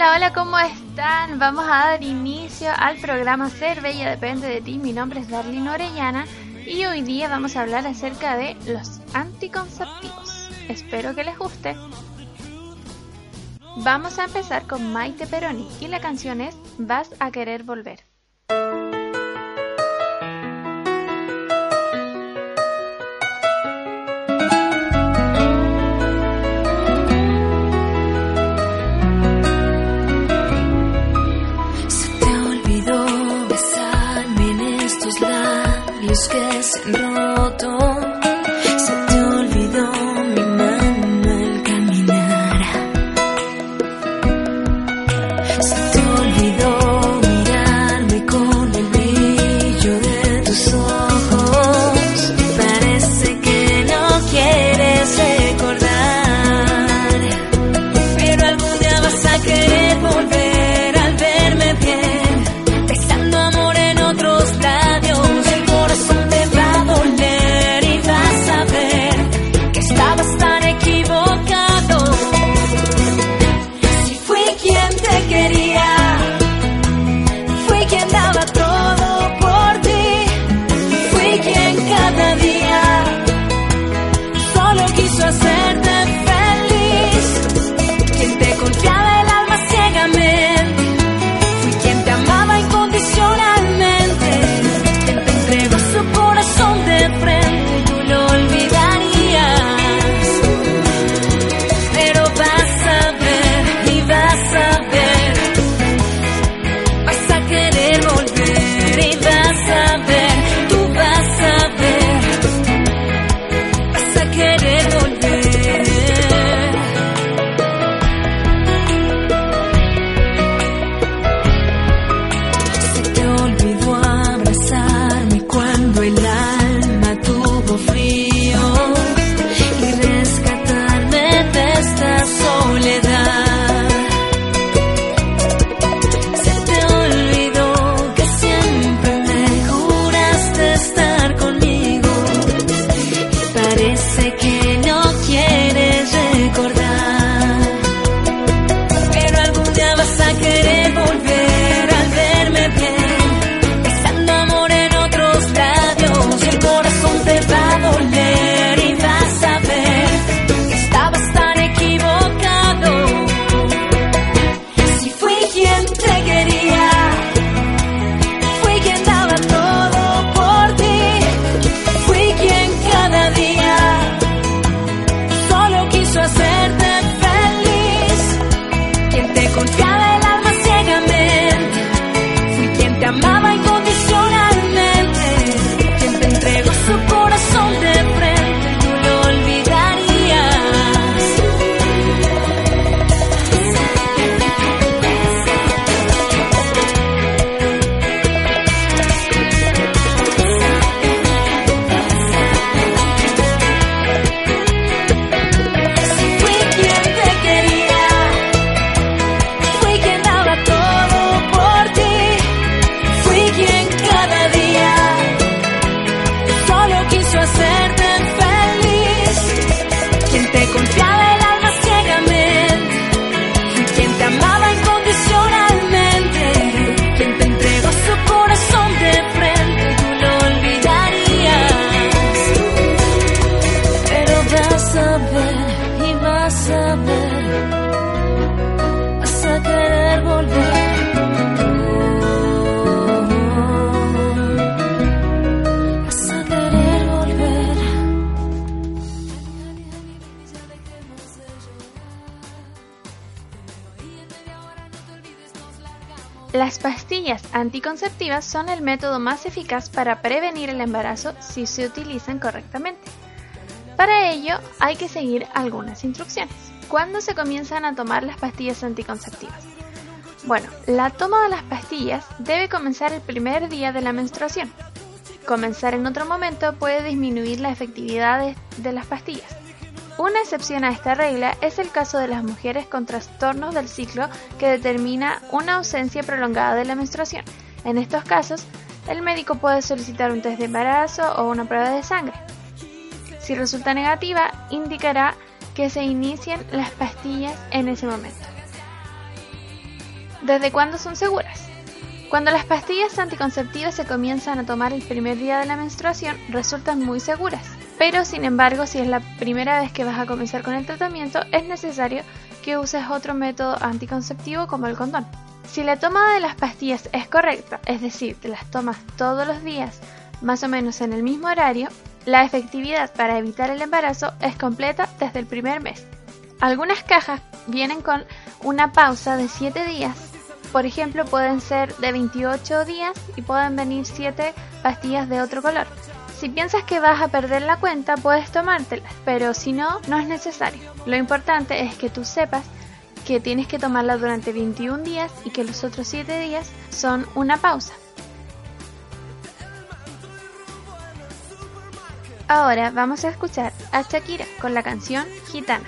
Hola, ¿cómo están? Vamos a dar inicio al programa Ser Bella Depende de Ti. Mi nombre es Darlene Orellana y hoy día vamos a hablar acerca de los anticonceptivos. Espero que les guste. Vamos a empezar con Maite Peroni y la canción es Vas a querer volver. Que se han roto, se te olvidó mi mano al caminar, se te olvidó mirarme con el brillo de tus ojos, parece que no quieres recordar, pero algún día vas a querer volver al verme bien, besando amor en otros labios. Te va a doler y vas a ver que estabas tan equivocado. Si fui quien te quería, fui quien daba todo por ti, fui quien cada día solo quiso hacerte feliz, quien te confiaba el alma ciegamente, fui quien te amaba incondicionalmente. Su corazón de frente, tú lo olvidarías, pero vas a ver y vas a ver, vas a querer volver y vas a ver, tú vas a ver, vas a querer volver. Se te olvidó abrazarme cuando el alma tuvo frío y rescatarme de esta soledad. Se te olvidó que siempre me juraste estar conmigo y parece que no quieres recordar, pero algún día vas a querer volver al verme bien, besando amor en otros labios, y el corazón te va a doler y vas a ver que estabas tan equivocado. Si fui quien te quería, fui quien daba todo por ti, fui quien cada día solo quiso hacerte feliz, quien te confiaba el alma ciegamente, fui quien te amaba incondicionalmente, quien te entregó su corazón de frente, tú lo olvidarías. Si fui quien te quería, fui quien daba todo por ti, fui quien cada día solo quiso hacerte feliz, quien te confiaba el alma ciegamente, fui quien te amaba incondicionalmente, quien te entregó su corazón de frente, tú lo olvidarías, pero vas a ver y vas a ver, vas a querer volver. Vas a querer volver. Las pastillas anticonceptivas son el método más eficaz para prevenir el embarazo si se utilizan correctamente. Para ello hay que seguir algunas instrucciones. ¿Cuándo se comienzan a tomar las pastillas anticonceptivas? Bueno, la toma de las pastillas debe comenzar el primer día de la menstruación. Comenzar en otro momento puede disminuir la efectividad de las pastillas. Una excepción a esta regla es el caso de las mujeres con trastornos del ciclo que determina una ausencia prolongada de la menstruación. En estos casos, el médico puede solicitar un test de embarazo o una prueba de sangre. Si resulta negativa, indicará que se inicien las pastillas en ese momento. ¿Desde cuándo son seguras? Cuando las pastillas anticonceptivas se comienzan a tomar el primer día de la menstruación, resultan muy seguras. Pero, sin embargo, si es la primera vez que vas a comenzar con el tratamiento, es necesario que uses otro método anticonceptivo como el condón. Si la toma de las pastillas es correcta, es decir, te las tomas todos los días, más o menos en el mismo horario, la efectividad para evitar el embarazo es completa desde el primer mes. Algunas cajas vienen con una pausa de 7 días. Por ejemplo, pueden ser de 28 días y pueden venir 7 pastillas de otro color. Si piensas que vas a perder la cuenta, puedes tomártelas, pero si no, no es necesario. Lo importante es que tú sepas que tienes que tomarla durante 21 días y que los otros 7 días son una pausa. Ahora vamos a escuchar a Shakira con la canción Gitana.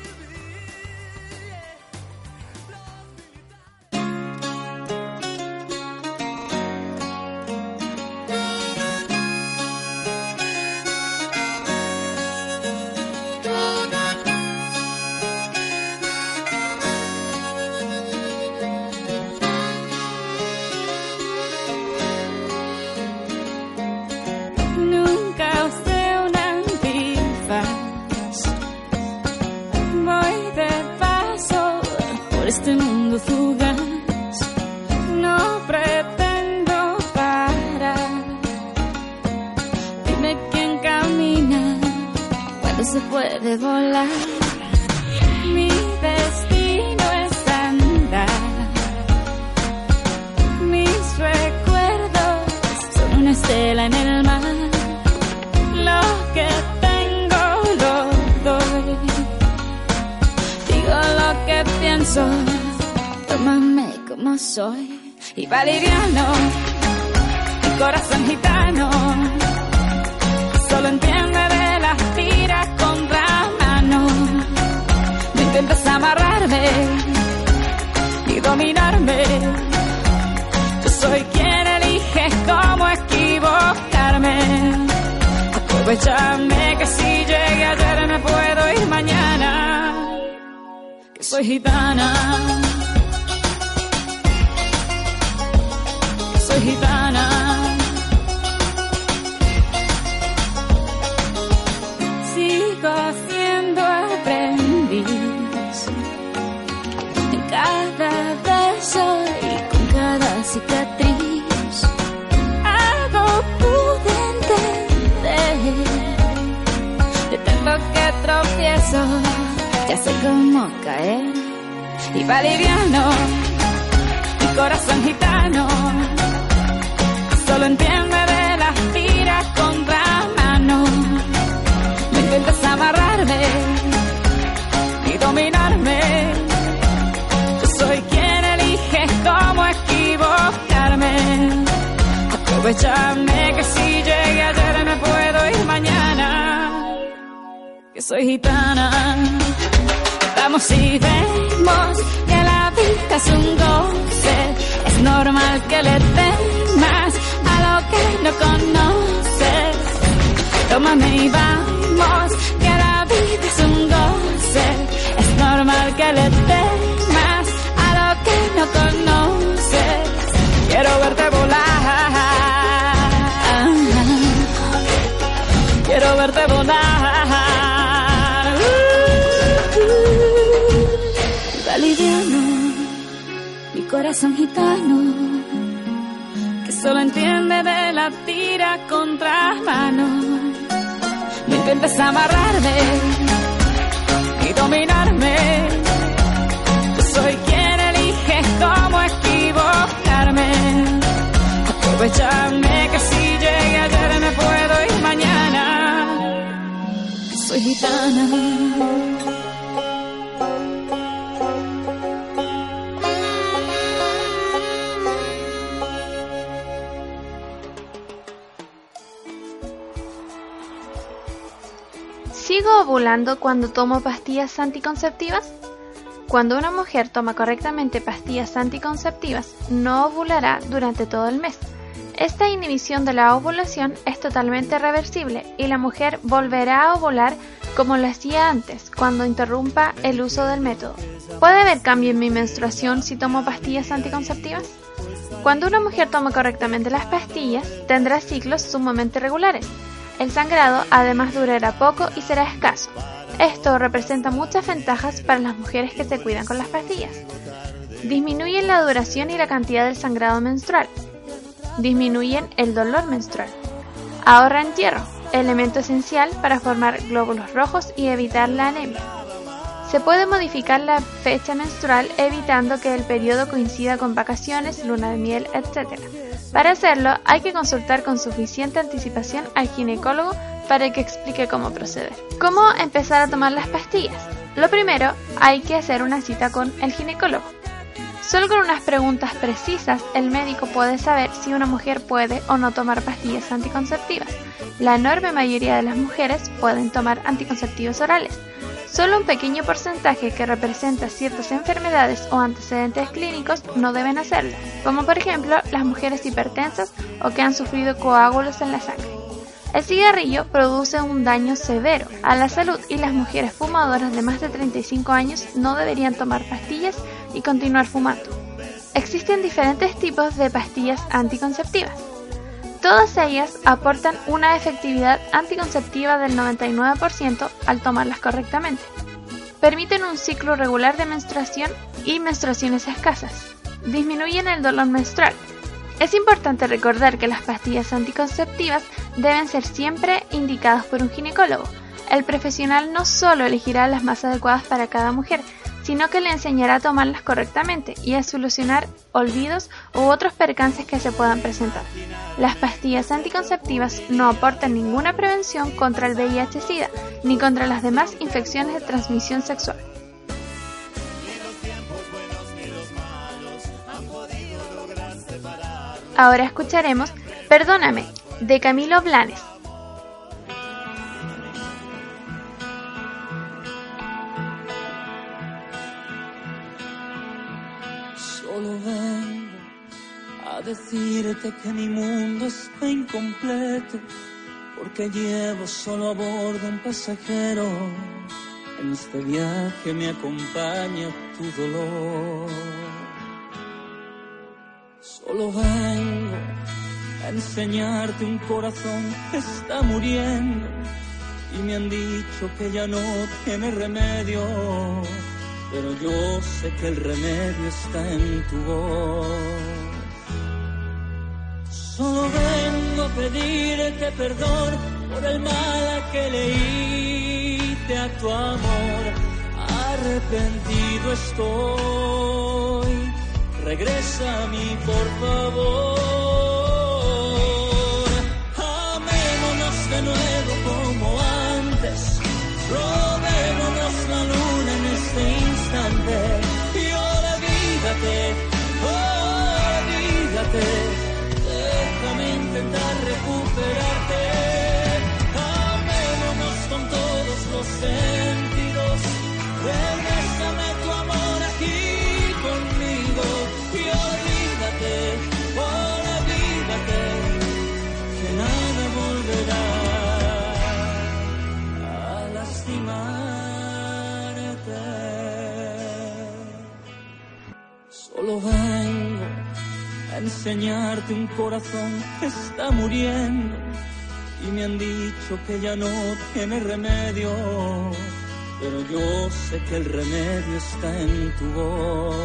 Este mundo fugaz, no pretendo parar. Dime quién camina cuando se puede volar. Mi destino es andar. Mis recuerdos son una estela en el mar. Lo que tengo lo doy. Digo lo que pienso, tómame como soy. Y va liviano, mi corazón gitano, solo entiende de las tiras contra mano. No intentes amarrarme y dominarme. Yo soy quien elige cómo equivocarme. Aprovechame que si llegué ayer me puedo ir mañana. Soy gitana, soy gitana. Sigo siendo aprendiz en cada verso y con cada cicatriz. Algo pude entender de tanto que tropiezo. Ya sé cómo caer. Y va liviano, mi corazón gitano, solo entiende de las tiras contra mano. No intentes amarrarme y dominarme. Yo soy quien elige cómo equivocarme. Aprovechame que si llegué ayer me puedo ir mañana. Que soy gitana. Vamos y vemos que la vida es un goce. Es normal que le temas a lo que no conoces. Tómame y vamos, que la vida es un goce. Es normal que le temas a lo que no conoces. Quiero verte volar. Quiero verte volar. Liviano, mi corazón gitano, que solo entiende de la tira contra mano. No intentes amarrarme y dominarme. Yo soy quien elige cómo equivocarme. Aprovechame que si llegué ayer me puedo ir mañana. Que soy gitana. ¿Sigo ovulando cuando tomo pastillas anticonceptivas? Cuando una mujer toma correctamente pastillas anticonceptivas, no ovulará durante todo el mes. Esta inhibición de la ovulación es totalmente reversible y la mujer volverá a ovular como lo hacía antes, cuando interrumpa el uso del método. ¿Puede haber cambio en mi menstruación si tomo pastillas anticonceptivas? Cuando una mujer toma correctamente las pastillas, tendrá ciclos sumamente regulares. El sangrado además durará poco y será escaso. Esto representa muchas ventajas para las mujeres que se cuidan con las pastillas. Disminuyen la duración y la cantidad del sangrado menstrual. Disminuyen el dolor menstrual. Ahorran hierro, elemento esencial para formar glóbulos rojos y evitar la anemia. Se puede modificar la fecha menstrual evitando que el periodo coincida con vacaciones, luna de miel, etc. Para hacerlo, hay que consultar con suficiente anticipación al ginecólogo para que explique cómo proceder. ¿Cómo empezar a tomar las pastillas? Lo primero, hay que hacer una cita con el ginecólogo. Solo con unas preguntas precisas, el médico puede saber si una mujer puede o no tomar pastillas anticonceptivas. La enorme mayoría de las mujeres pueden tomar anticonceptivos orales. Solo un pequeño porcentaje que representa ciertas enfermedades o antecedentes clínicos no deben hacerlo, como por ejemplo las mujeres hipertensas o que han sufrido coágulos en la sangre. El cigarrillo produce un daño severo a la salud y las mujeres fumadoras de más de 35 años no deberían tomar pastillas y continuar fumando. Existen diferentes tipos de pastillas anticonceptivas. Todas ellas aportan una efectividad anticonceptiva del 99% al tomarlas correctamente. Permiten un ciclo regular de menstruación y menstruaciones escasas. Disminuyen el dolor menstrual. Es importante recordar que las pastillas anticonceptivas deben ser siempre indicadas por un ginecólogo. El profesional no solo elegirá las más adecuadas para cada mujer, sino que le enseñará a tomarlas correctamente y a solucionar olvidos u otros percances que se puedan presentar. Las pastillas anticonceptivas no aportan ninguna prevención contra el VIH-Sida ni contra las demás infecciones de transmisión sexual. Ahora escucharemos Perdóname, de Camilo Blanes. Solo vengo a decirte que mi mundo está incompleto, porque llevo solo a bordo un pasajero. En este viaje me acompaña tu dolor. Solo vengo a enseñarte un corazón que está muriendo y me han dicho que ya no tiene remedio, pero yo sé que el remedio está en tu voz. Solo vengo a pedirte perdón por el mal que le hice a tu amor. Arrepentido estoy, regresa a mí por favor. Amémonos de nuevo como antes, robémonos la luna en este instante y olvídate, olvídate, déjame intentar recuperarte. Amémonos con todos los sentidos, regrésame tu amor aquí conmigo y olvídate, olvídate, que nada volverá a lastimarte. Solo vengo a enseñarte un corazón que está muriendo y me han dicho que ya no tiene remedio, pero yo sé que el remedio está en tu voz.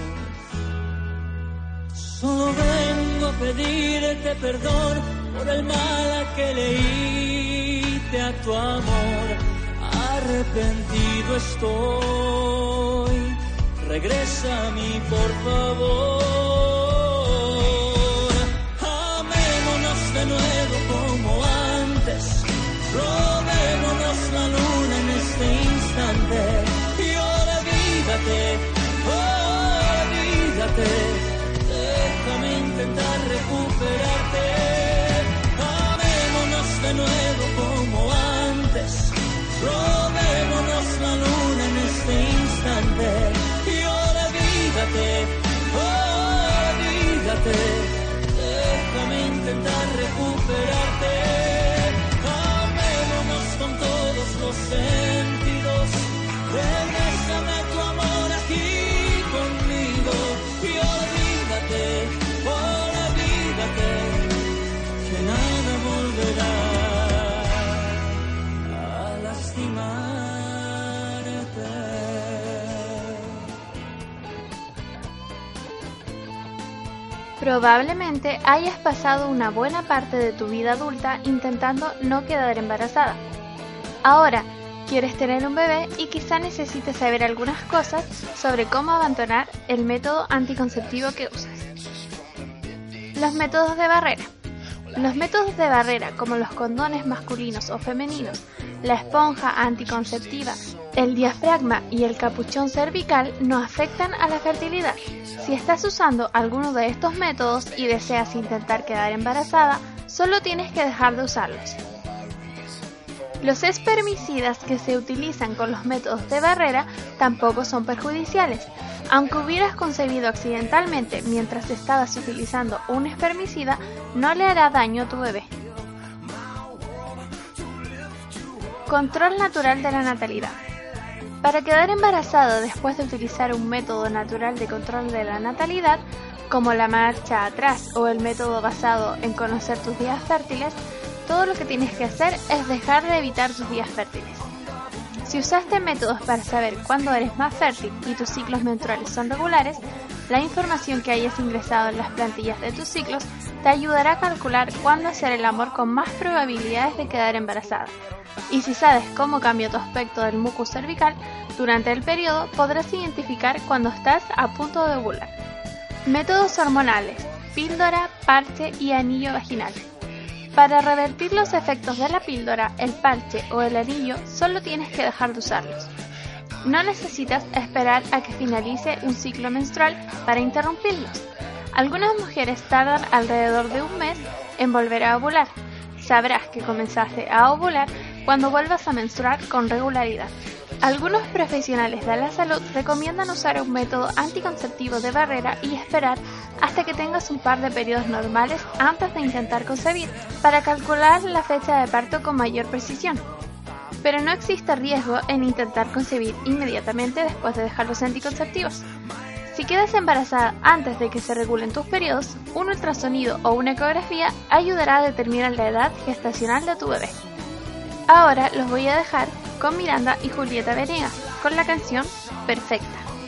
Solo vengo a pedirte perdón por el mal que le hice a tu amor. Arrepentido estoy, regresa a mí por favor. Amémonos de nuevo como antes, robémonos la luna en este instante y olvídate, olvídate, déjame intentar recuperarte. Amémonos de nuevo como antes, robémonos la luna en este instante y olvídate, Probablemente hayas pasado una buena parte de tu vida adulta intentando no quedar embarazada. Ahora, quieres tener un bebé y quizá necesites saber algunas cosas sobre cómo abandonar el método anticonceptivo que usas. Los métodos de barrera. Los métodos de barrera, como los condones masculinos o femeninos, la esponja anticonceptiva, el diafragma y el capuchón cervical, no afectan a la fertilidad. Si estás usando alguno de estos métodos y deseas intentar quedar embarazada, solo tienes que dejar de usarlos. Los espermicidas que se utilizan con los métodos de barrera tampoco son perjudiciales. Aunque hubieras concebido accidentalmente mientras estabas utilizando un espermicida, no le hará daño a tu bebé. Control natural de la natalidad. Para quedar embarazada después de utilizar un método natural de control de la natalidad, como la marcha atrás o el método basado en conocer tus días fértiles, todo lo que tienes que hacer es dejar de evitar tus días fértiles. Si usaste métodos para saber cuándo eres más fértil y tus ciclos menstruales son regulares, la información que hayas ingresado en las plantillas de tus ciclos te ayudará a calcular cuándo hacer el amor con más probabilidades de quedar embarazada. Y si sabes cómo cambia tu aspecto del mucus cervical durante el periodo, podrás identificar cuando estás a punto de ovular. Métodos hormonales, píldora, parche y anillo vaginal. Para revertir los efectos de la píldora, el parche o el anillo, solo tienes que dejar de usarlos. No necesitas esperar a que finalice un ciclo menstrual para interrumpirlos. Algunas mujeres tardan alrededor de un mes en volver a ovular. Sabrás que comenzaste a ovular cuando vuelvas a menstruar con regularidad. Algunos profesionales de la salud recomiendan usar un método anticonceptivo de barrera y esperar hasta que tengas un par de periodos normales antes de intentar concebir, para calcular la fecha de parto con mayor precisión. Pero no existe riesgo en intentar concebir inmediatamente después de dejar los anticonceptivos. Si quedas embarazada antes de que se regulen tus periodos, un ultrasonido o una ecografía ayudará a determinar la edad gestacional de tu bebé. Ahora los voy a dejar con Miranda y Julieta Venegas con la canción Perfecta.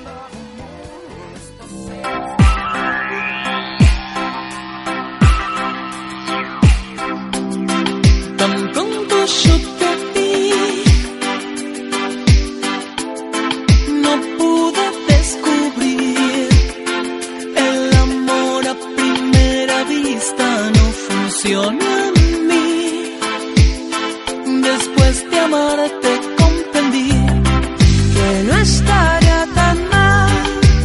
Tan pronto yo te vi, no pude descubrir el amor a primera vista, no funciona en mí. Después de amarte comprendí que no estaría tan mal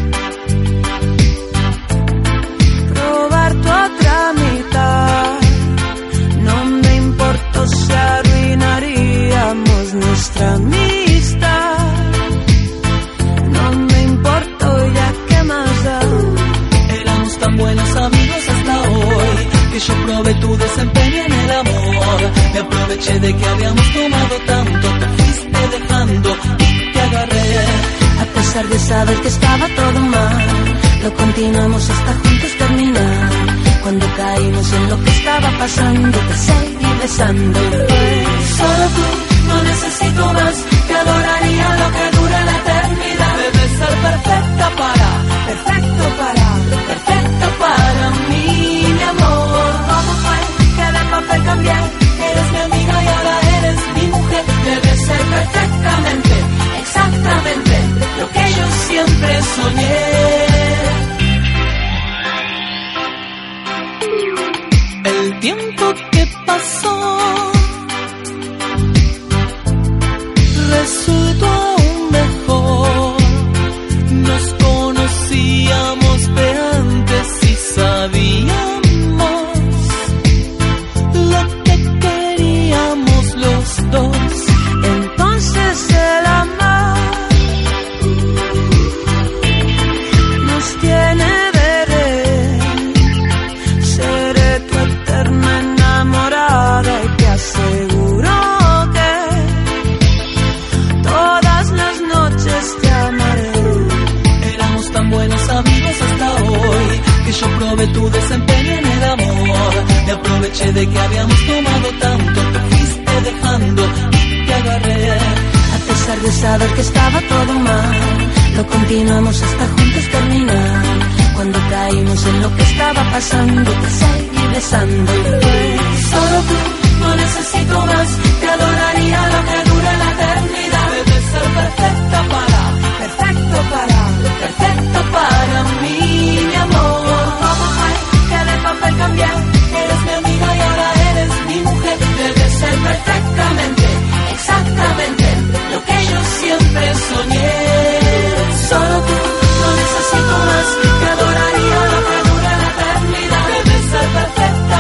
probar tu otra mitad. No me importó si arruinaríamos nuestra amistad. No me importó, ya que más da. Éramos tan buenos amigos hasta hoy que yo probé tu desempeño en el amor. Me aproveché de que habíamos tomado tanto, te fuiste dejando y te agarré. A pesar de saber que estaba todo mal, lo continuamos hasta juntos terminar. Cuando caímos en lo que estaba pasando, te seguí besando. Solo tú, no necesito más, te adoraría lo que dura la eternidad. Debes ser perfecta perfecto para mí, mi amor. ¿Cómo fue que de papel cambié? Eres mi amiga y ahora eres mi mujer. Debes ser perfectamente, exactamente lo que yo siempre soñé. El tiempo que pasó resultó aún mejor. Nos conocíamos de antes y sabíamos lo que queríamos los dos. Entonces el amor nos tiene de rey. Seré tu eterna enamorada y te aseguro que todas las noches te amaré. Éramos tan buenos amigos hasta hoy que yo probé tu desempeño en el amor. Me aproveché de que habíamos tomado tanto, te fuiste dejando y te agarré. A pesar de saber que estaba todo mal, lo continuamos hasta juntos terminar. Cuando caímos No sé lo que estaba pasando, te seguí besando y fue solo tú, no necesito más. Te adoraría lo que dure la eternidad. Debes ser perfecto para mí, mi amor. ¿Cómo fue que de papel cambié? Eres mi amiga y ahora eres mi mujer. Debes ser perfectamente, exactamente lo que yo siempre soñé. Solo tú, no necesito más. Te adoraría lo que dure la eternidad. Debes ser perfecto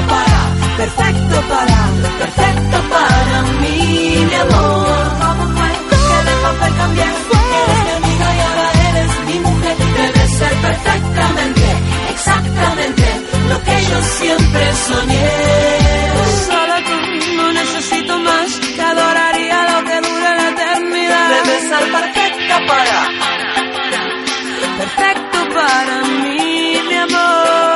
para mí, mi amor. ¿Cómo fue que de papel cambié? Eres mi amiga y ahora eres mi mujer. Debes ser perfectamente, exactamente lo que yo siempre soñé. Solo tú, no necesito más. Te adoraría lo que dure la eternidad. Debes ser perfecto para mí, mi amor.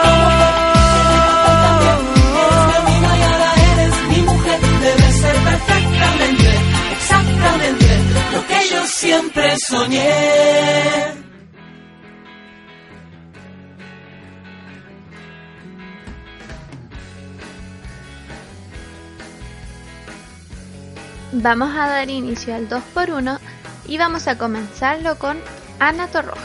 Eres mi amiga y ahora eres mi mujer. Debes ser perfectamente, exactamente lo que yo siempre soñé. Vamos a dar inicio al 2x1 y vamos a comenzarlo con Ana Torroja.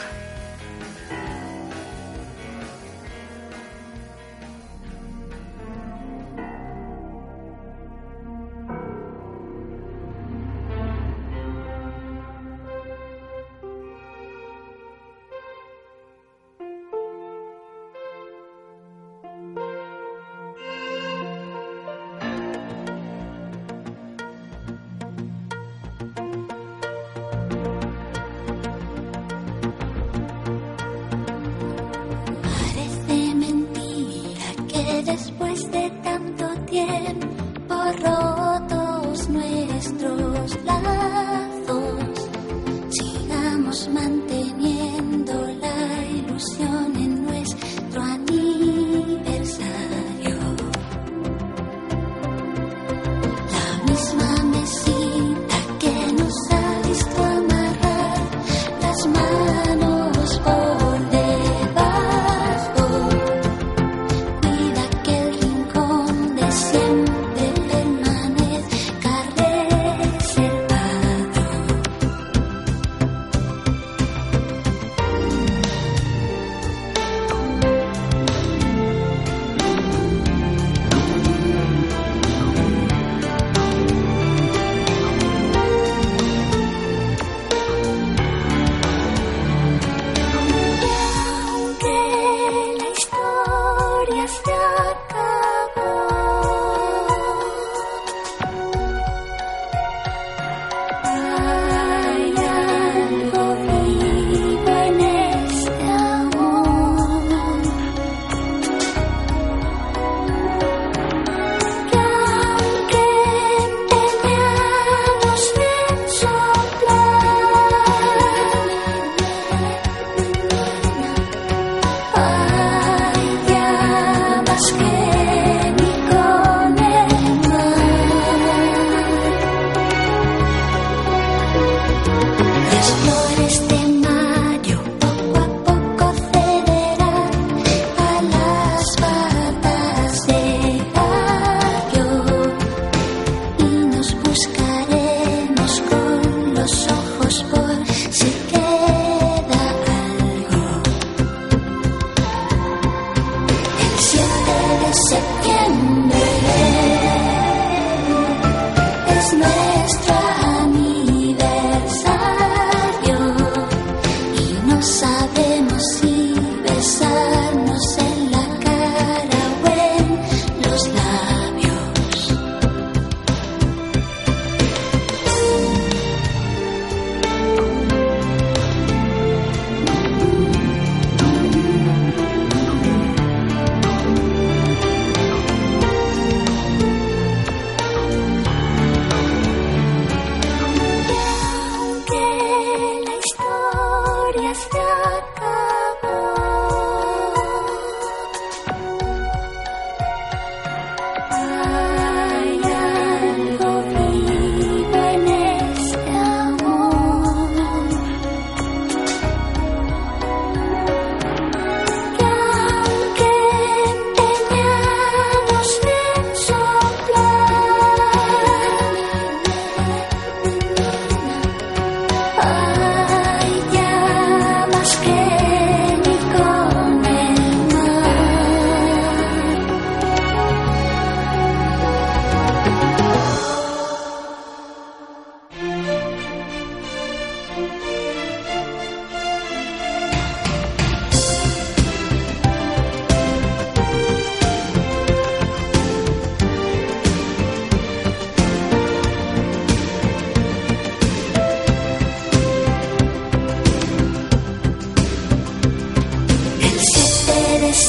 Después de tanto tiempo rotos nuestros lazos, sigamos manteniendo la ilusión en nuestro aniversario. La misma mesita que nos ha visto amarrar las manos por debajo. Siempre permanezca reservado.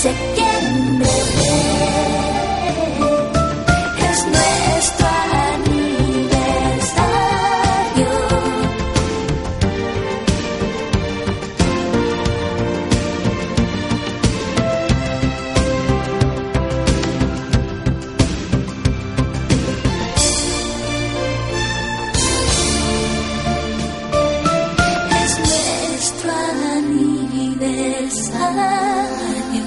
septiembre es nuestro aniversario. Es nuestro aniversario.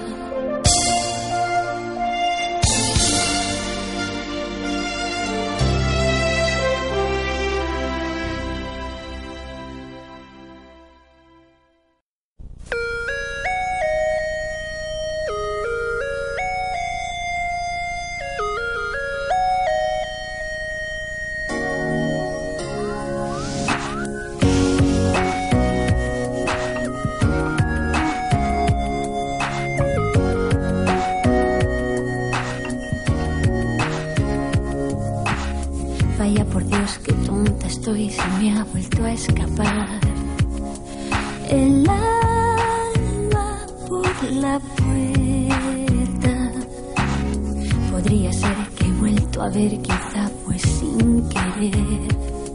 Vaya por Dios, qué tonta estoy, se me ha vuelto a escapar el alma por la puerta. Podría ser que he vuelto a ver, quizá pues sin querer,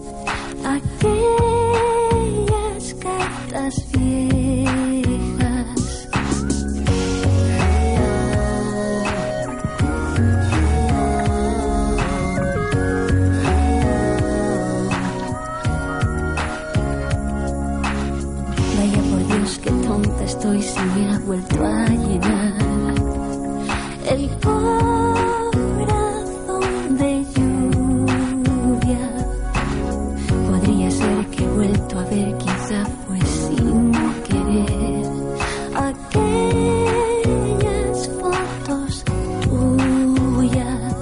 aquellas cartas viejas. Vaya por Dios, qué tonta estoy, se me ha vuelto a llenar el corazón de lluvia. Podría ser que he vuelto a ver, quizá pues sin querer, aquellas fotos tuyas.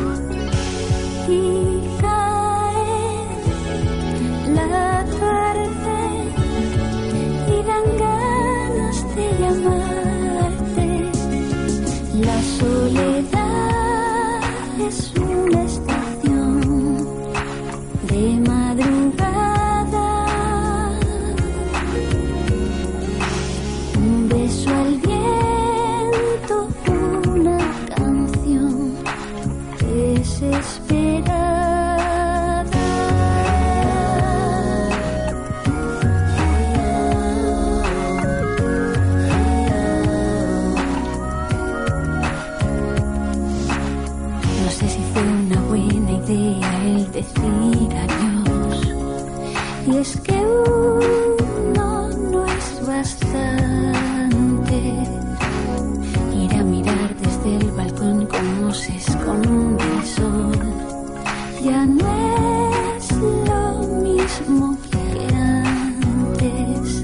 Y cae la tarde y dan ganas de llamarte. La soledad es una estación de madrugada. Un beso al viento, una canción desesperada. No sé si fue una buena idea el decir adiós. Y es que uno no es bastante. Ir a mirar desde el balcón cómo se esconde el sol. Ya no es lo mismo que antes.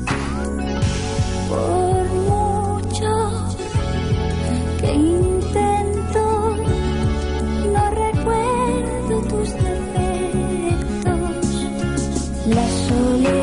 Por mucho que intento, no recuerdo tus defectos. La soledad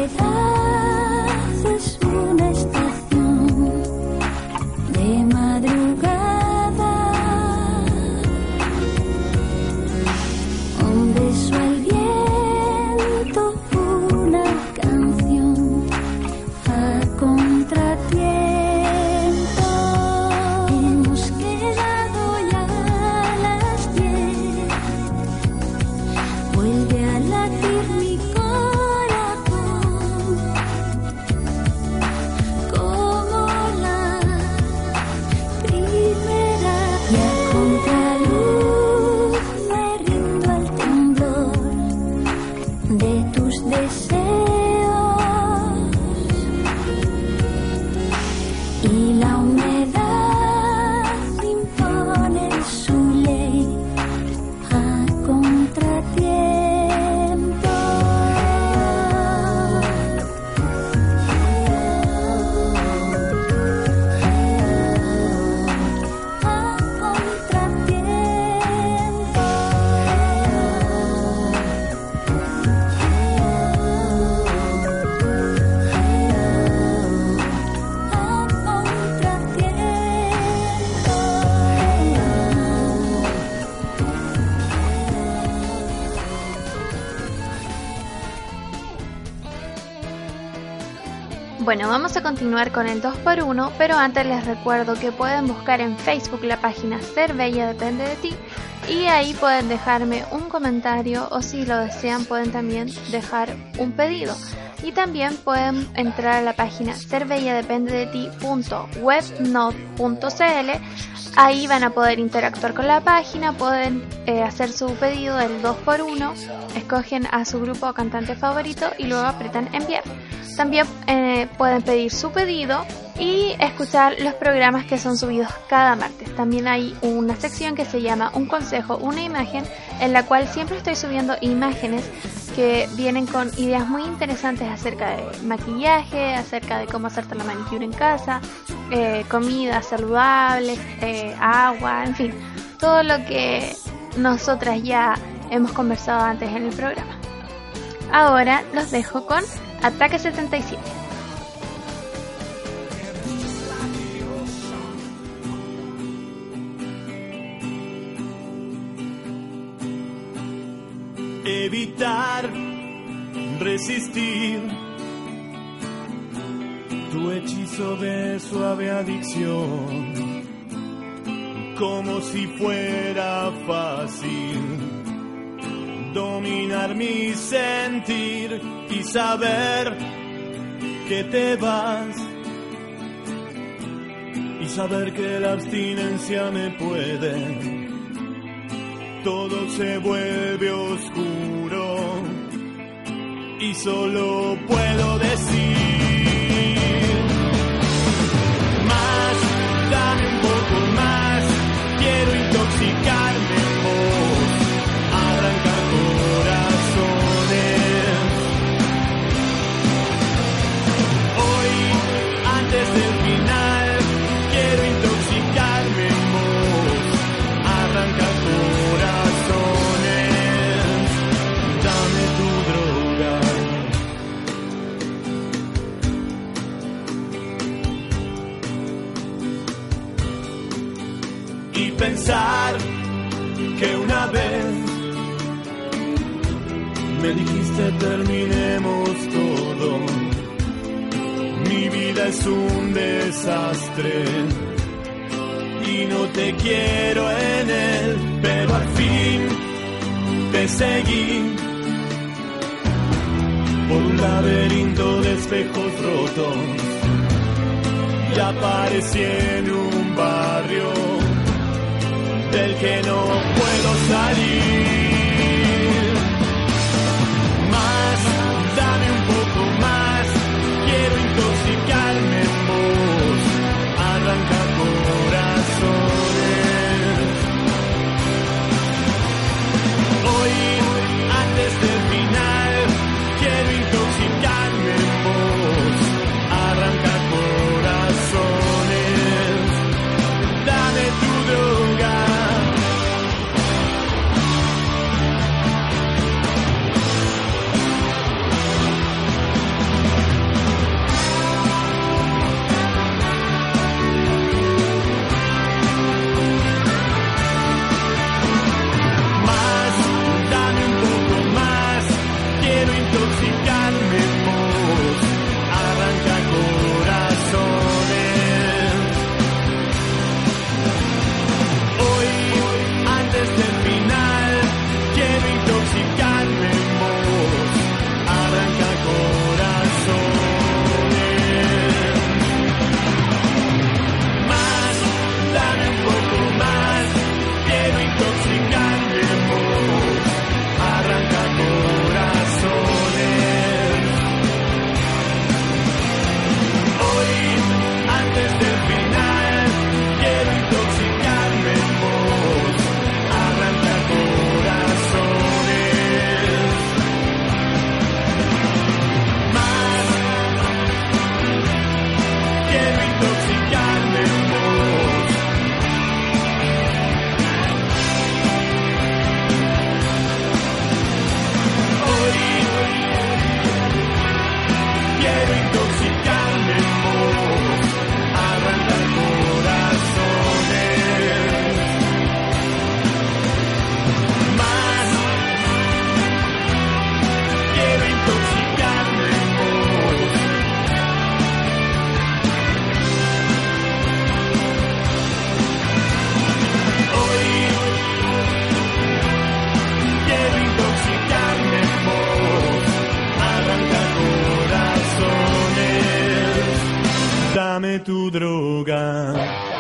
Bueno, vamos a continuar con el 2x1, pero antes les recuerdo que pueden buscar en Facebook la página Ser Bella Depende de Ti y ahí pueden dejarme un comentario o si lo desean pueden también dejar un pedido. Y también pueden entrar a la página serbelladependedeti.webnode.cl. Ahí van a poder interactuar con la página, pueden hacer su pedido del 2x1, escogen a su grupo o cantante favorito y luego apretan enviar. También pueden pedir su pedido y escuchar los programas que son subidos cada martes. También hay una sección que se llama Un Consejo, una Imagen, en la cual siempre estoy subiendo imágenes que vienen con ideas muy interesantes acerca de maquillaje, acerca de cómo hacerte la manicure en casa, comida saludable, agua, en fin, todo lo que nosotras ya hemos conversado antes en el programa. Ahora los dejo con Ataque 77. Evitar, resistir tu hechizo de suave adicción, como si fuera fácil dominar mi sentir y saber que te vas, y saber que la abstinencia me puede. Todo se vuelve oscuro y solo puedo decir más, dame un poco más, quiero intoxicarme en vos, arrancar corazones. Hoy, antes del final, quiero intoxicarme en vos, arrancar corazones, dame tu droga. Y pensar que una vez me dijiste terminemos todo, mi vida es un desastre y no te quiero en él, pero al fin te seguí por un laberinto de espejos rotos y aparecí en un barrio del que no puedo salir. Más, dame un poco más, quiero intoxicarme en vos, arrancar corazones. Hoy, antes del final, quiero intoxicarme en vos, arrancar corazones, dame tu droga. tu droga.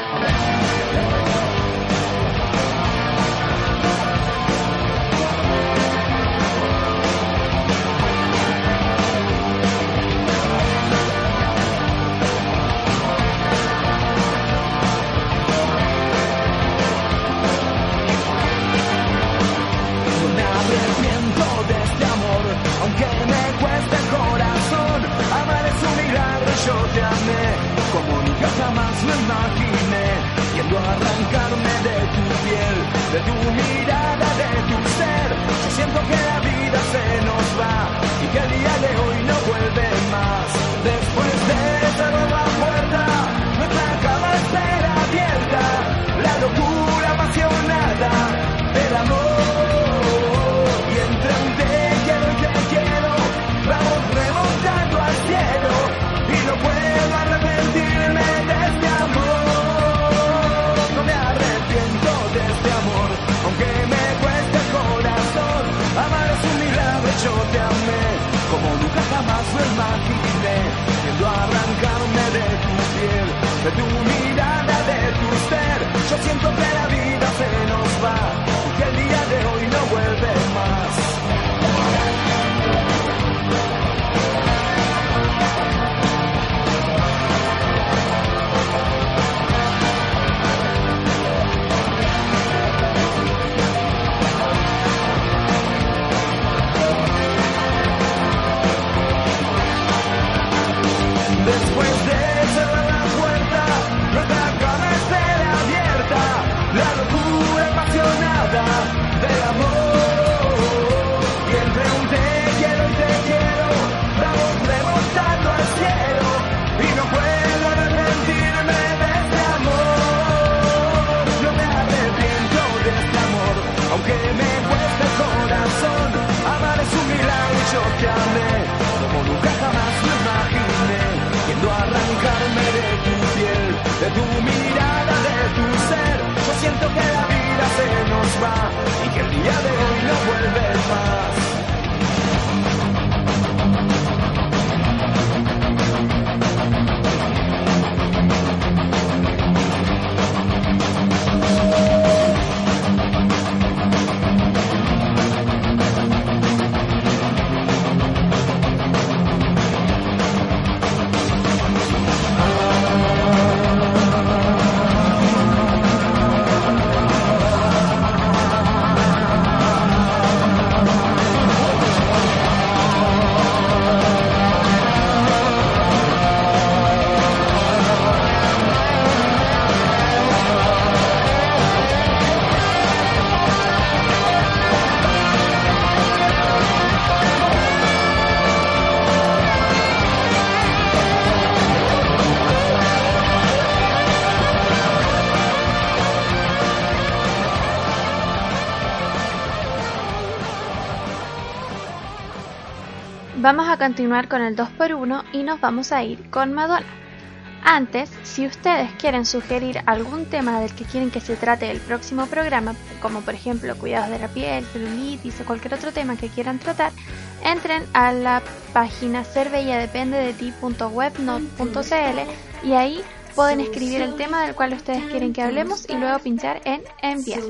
Aunque me cueste el corazón, amar es un milagro, yo te amé como nunca jamás lo imaginé, yendo a arrancarme de tu piel, de tu mirada, de tu ser. Yo siento que la vida se nos va y que el día de hoy no vuelve más. Después de cerrar la puerta, nuestra cama espera abierta, la locura apasionada del amor. Y entre un te quiero, vamos remontando al cielo y no puedo arrepentirme de este amor. No me arrepiento de este amor, aunque me cueste el corazón. Amar es un milagro, yo te amé como nunca jamás lo imaginé, yendo a arrancarme de tu piel, de tu mirada, de tu ser. Yo siento que la vida se nos va y que el día de hoy no vuelve más. Después de cerrar la puerta, nuestra cama espera abierta, la locura apasionada del amor. Y entre un te quiero y te quiero, vamos remontando al cielo y no puedo arrepentirme de este amor. No me arrepiento de este amor, aunque me cueste el corazón. Amar es un milagro y yo te amé como nunca jamás lo imaginé, yendo a arrancarme de tu piel, de tu mirada, de tu ser. Yo siento que la vida se nos va y que el día de hoy no vuelve más. Vamos a continuar con el 2x1 y nos vamos a ir con Madonna. Antes, si ustedes quieren sugerir algún tema del que quieren que se trate el próximo programa, como por ejemplo cuidados de la piel, celulitis o cualquier otro tema que quieran tratar, entren a la página serbelladependeDeTi.webnode.cl y ahí pueden escribir el tema del cual ustedes quieren que hablemos y luego pinchar en enviar.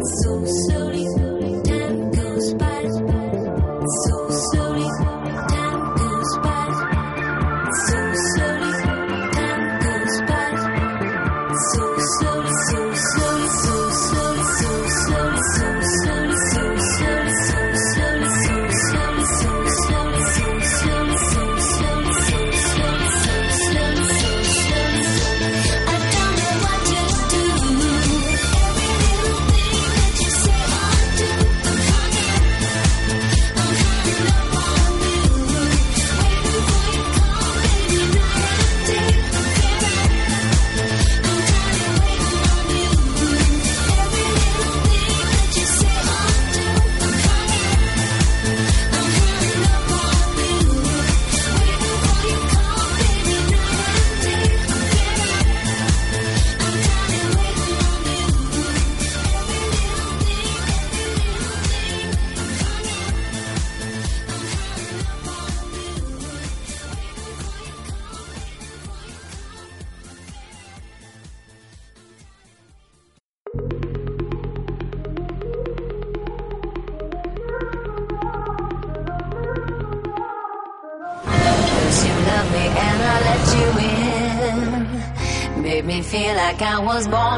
Made me feel like I was born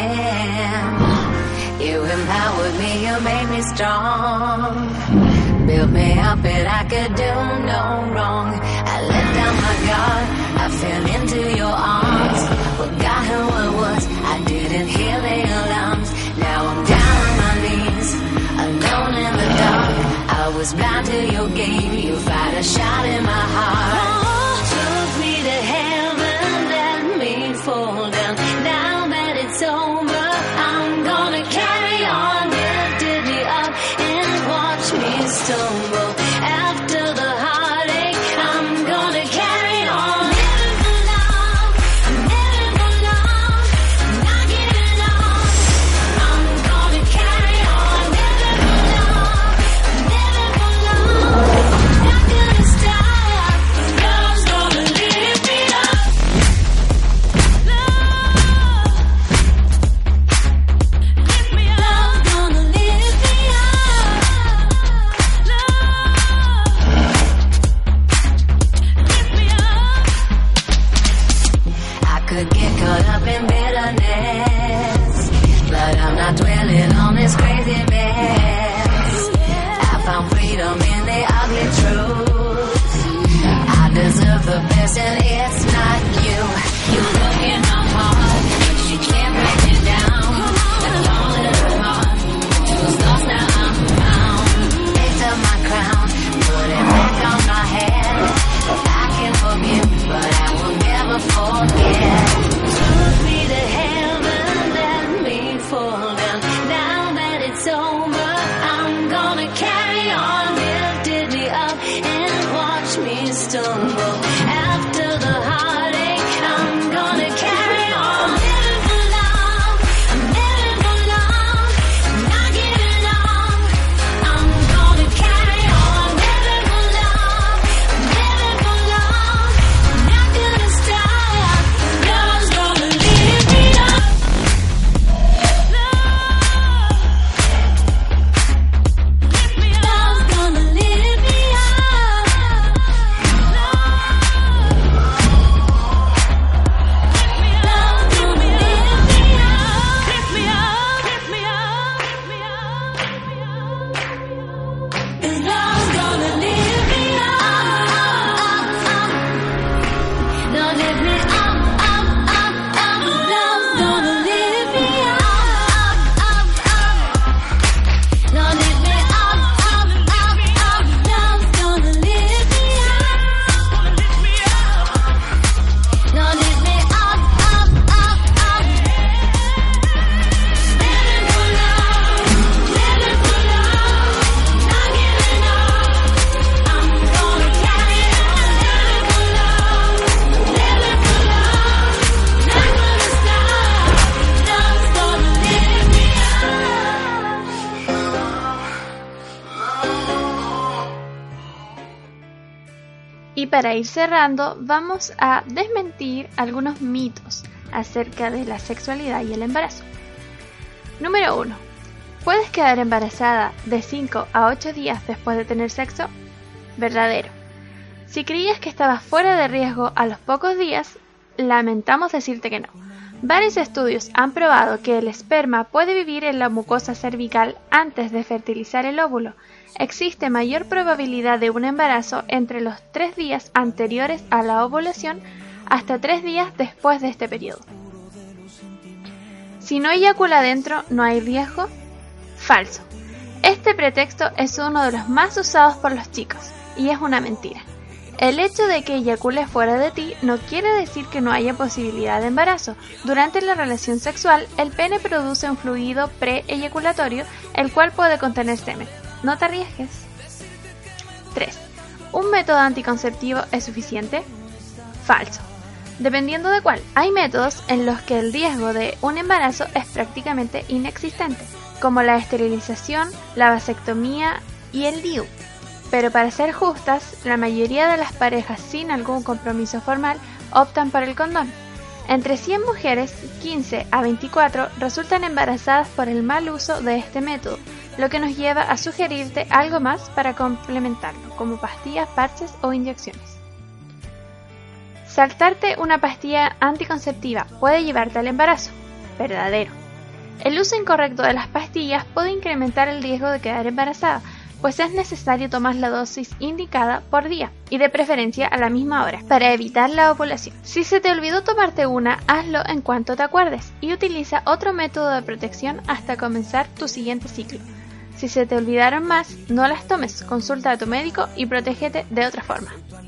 again. You empowered me, you made me strong. Built me up and I could do no wrong. I let down my guard, I fell into your arms. Forgot who I was, I didn't hear the alarms. Now I'm down on my knees, alone in the dark. I was blind to your game, you fired a shot in my heart. Took me to heaven, let me fall down. Now that it's over, I'm gonna carry on. Lifted me up and watch me stumble. After the heartache, I'm gonna carry on. Living for love, I'm living for love. I'm not giving up. I'm gonna carry on. Living for love, I'm living for love. I'm not gonna stop. Love's gonna lift me up. Could get caught up in bitterness, but I'm not dwelling on this crazy mess. I found freedom in the ugly truth. I deserve the best and it's not you. You look in my heart, but you can't break me down. I'm falling apart, was lost, now I'm found. Picked up my crown, put it back on my head. I can forgive, but I will never forget. Took me to heaven, let me fall down. Now that it's over, I'm gonna carry on. Lifted me up and watch me stumble. After the heartache, I'm gonna carry on. Living for love, I'm living for love. I'm not giving up. I'm gonna carry on. Living for love, I'm living for love. I'm not gonna stop. Love's gonna lift me up. Love's gonna lift me Y para ir cerrando, vamos a desmentir algunos mitos acerca de la sexualidad y el embarazo. Número 1. ¿Puedes quedar embarazada de 5 a 8 días después de tener sexo? Verdadero. Si creías que estabas fuera de riesgo a los pocos días, lamentamos decirte que no. Varios estudios han probado que el esperma puede vivir en la mucosa cervical antes de fertilizar el óvulo. Existe mayor probabilidad de un embarazo entre los 3 días anteriores a la ovulación hasta 3 días después de este periodo. Si no eyacula adentro, ¿no hay riesgo? Falso. Este pretexto es uno de los más usados por los chicos, y es una mentira. El hecho de que eyacule fuera de ti no quiere decir que no haya posibilidad de embarazo. Durante la relación sexual, el pene produce un fluido pre-eyaculatorio, el cual puede contener semen. No te arriesgues. 3. ¿Un método anticonceptivo es suficiente? Falso. Dependiendo de cuál. Hay métodos en los que el riesgo de un embarazo es prácticamente inexistente, como la esterilización, la vasectomía y el DIU. Pero para ser justas, la mayoría de las parejas sin algún compromiso formal optan por el condón. Entre 100 mujeres, 15 a 24 resultan embarazadas por el mal uso de este método, lo que nos lleva a sugerirte algo más para complementarlo, como pastillas, parches o inyecciones. Saltarte una pastilla anticonceptiva puede llevarte al embarazo. Verdadero. El uso incorrecto de las pastillas puede incrementar el riesgo de quedar embarazada, pues es necesario tomar la dosis indicada por día, y de preferencia a la misma hora, para evitar la ovulación. Si se te olvidó tomarte una, hazlo en cuanto te acuerdes, y utiliza otro método de protección hasta comenzar tu siguiente ciclo. Si se te olvidaron más, no las tomes, consulta a tu médico y protégete de otra forma.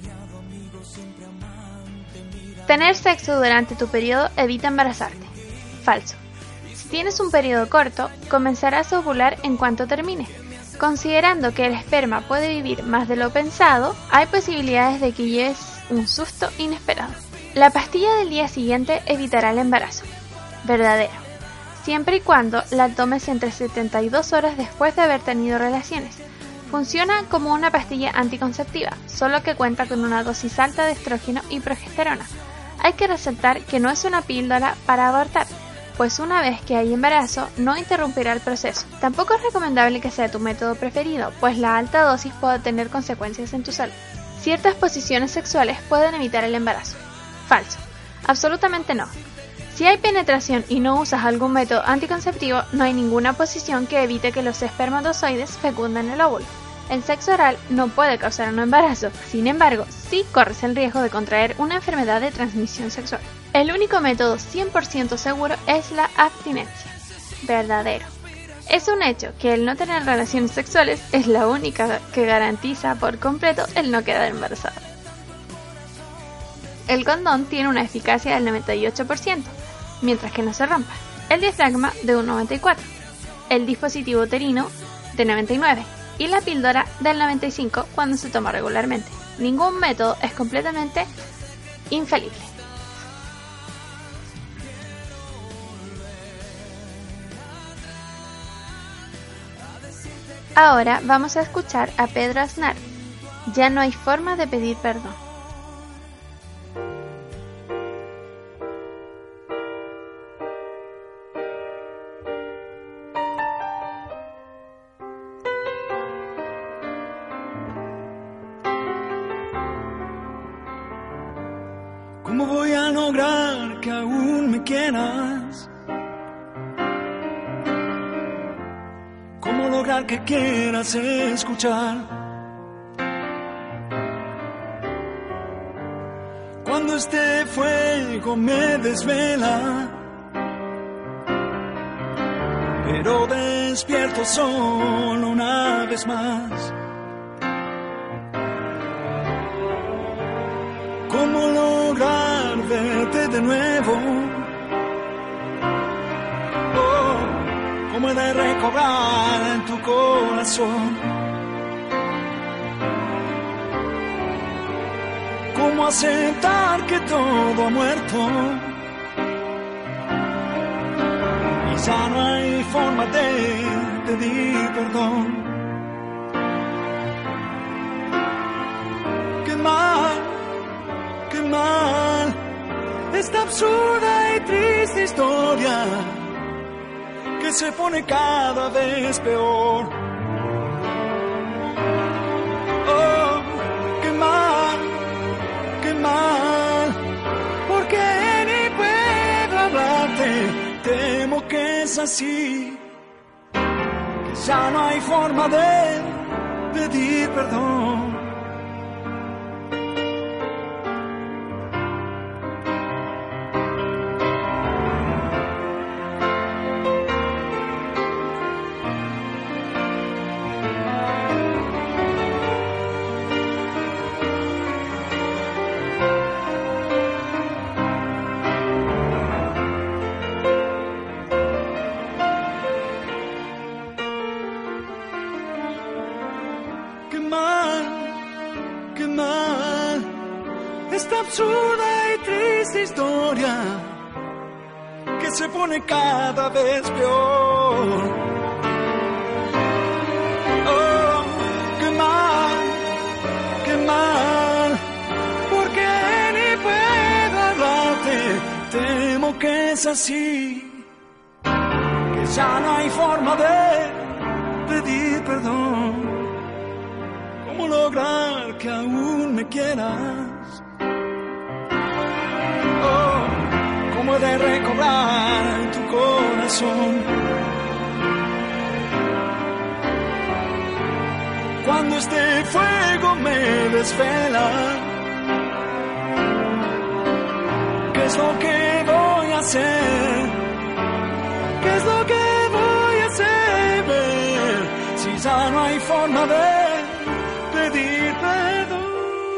Tener sexo durante tu periodo evita embarazarte. Falso. Si tienes un periodo corto, comenzarás a ovular en cuanto termine. Considerando que el esperma puede vivir más de lo pensado, hay posibilidades de que lleves un susto inesperado. La pastilla del día siguiente evitará el embarazo. Verdadero. Siempre y cuando la tomes entre 72 horas después de haber tenido relaciones. Funciona como una pastilla anticonceptiva, solo que cuenta con una dosis alta de estrógeno y progesterona. Hay que resaltar que no es una píldora para abortar, pues una vez que hay embarazo no interrumpirá el proceso. Tampoco es recomendable que sea tu método preferido, pues la alta dosis puede tener consecuencias en tu salud. Ciertas posiciones sexuales pueden evitar el embarazo. Falso. Absolutamente no. Si hay penetración y no usas algún método anticonceptivo, no hay ninguna posición que evite que los espermatozoides fecunden el óvulo. El sexo oral no puede causar un embarazo, sin embargo, sí corres el riesgo de contraer una enfermedad de transmisión sexual. El único método 100% seguro es la abstinencia. Verdadero. Es un hecho que el no tener relaciones sexuales es la única que garantiza por completo el no quedar embarazada. El condón tiene una eficacia del 98%, mientras que no se rompa. El diafragma de un 94%, el dispositivo uterino de 99% y la píldora del 95% cuando se toma regularmente. Ningún método es completamente infalible. Ahora vamos a escuchar a Pedro Aznar. Ya no hay forma de pedir perdón. ¿Cómo voy a lograr que aún me quieras? ¿Cómo lograr que quieras escuchar? Cuando este fuego me desvela, pero despierto solo una vez más. ¿Cómo lograr verte de nuevo? Oh, ¿cómo he de recobrar en tu corazón? ¿Cómo aceptar que todo ha muerto? Y ya no hay forma de pedir perdón. Qué mal, esta absurda y triste historia que se pone cada vez peor. Oh, qué mal, porque ni puedo hablarte, temo que es así, que ya no hay forma de pedir perdón. Esta absurda y triste historia que se pone cada vez peor. Oh, qué mal, porque ni puedo hablarte, temo que es así, que ya no hay forma de pedir perdón. ¿Cómo lograr que aún me quieras? ¿Cómo he de recobrar tu corazón? Cuando este fuego me desvela, ¿qué es lo que voy a hacer? ¿Qué es lo que voy a hacer? Si ya no hay forma de pedir perdón.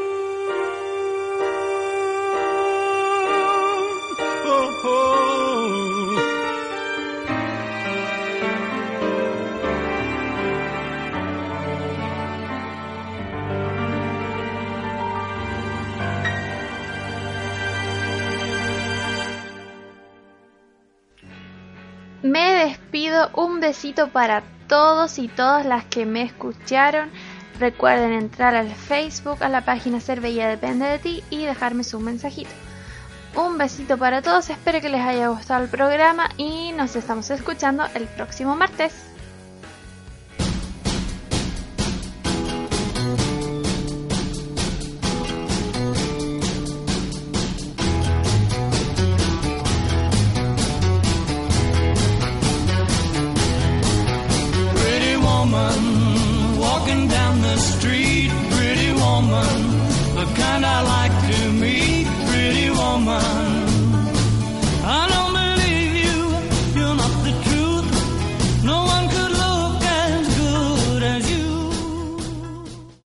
Me despido, un besito para todos y todas las que me escucharon. Recuerden entrar al Facebook, a la página Ser Bella Depende de Ti y dejarme su mensajito. Un besito para todos, espero que les haya gustado el programa y nos estamos escuchando el próximo martes. Pretty woman, walking down the street, pretty woman, the kind I like to meet, pretty woman.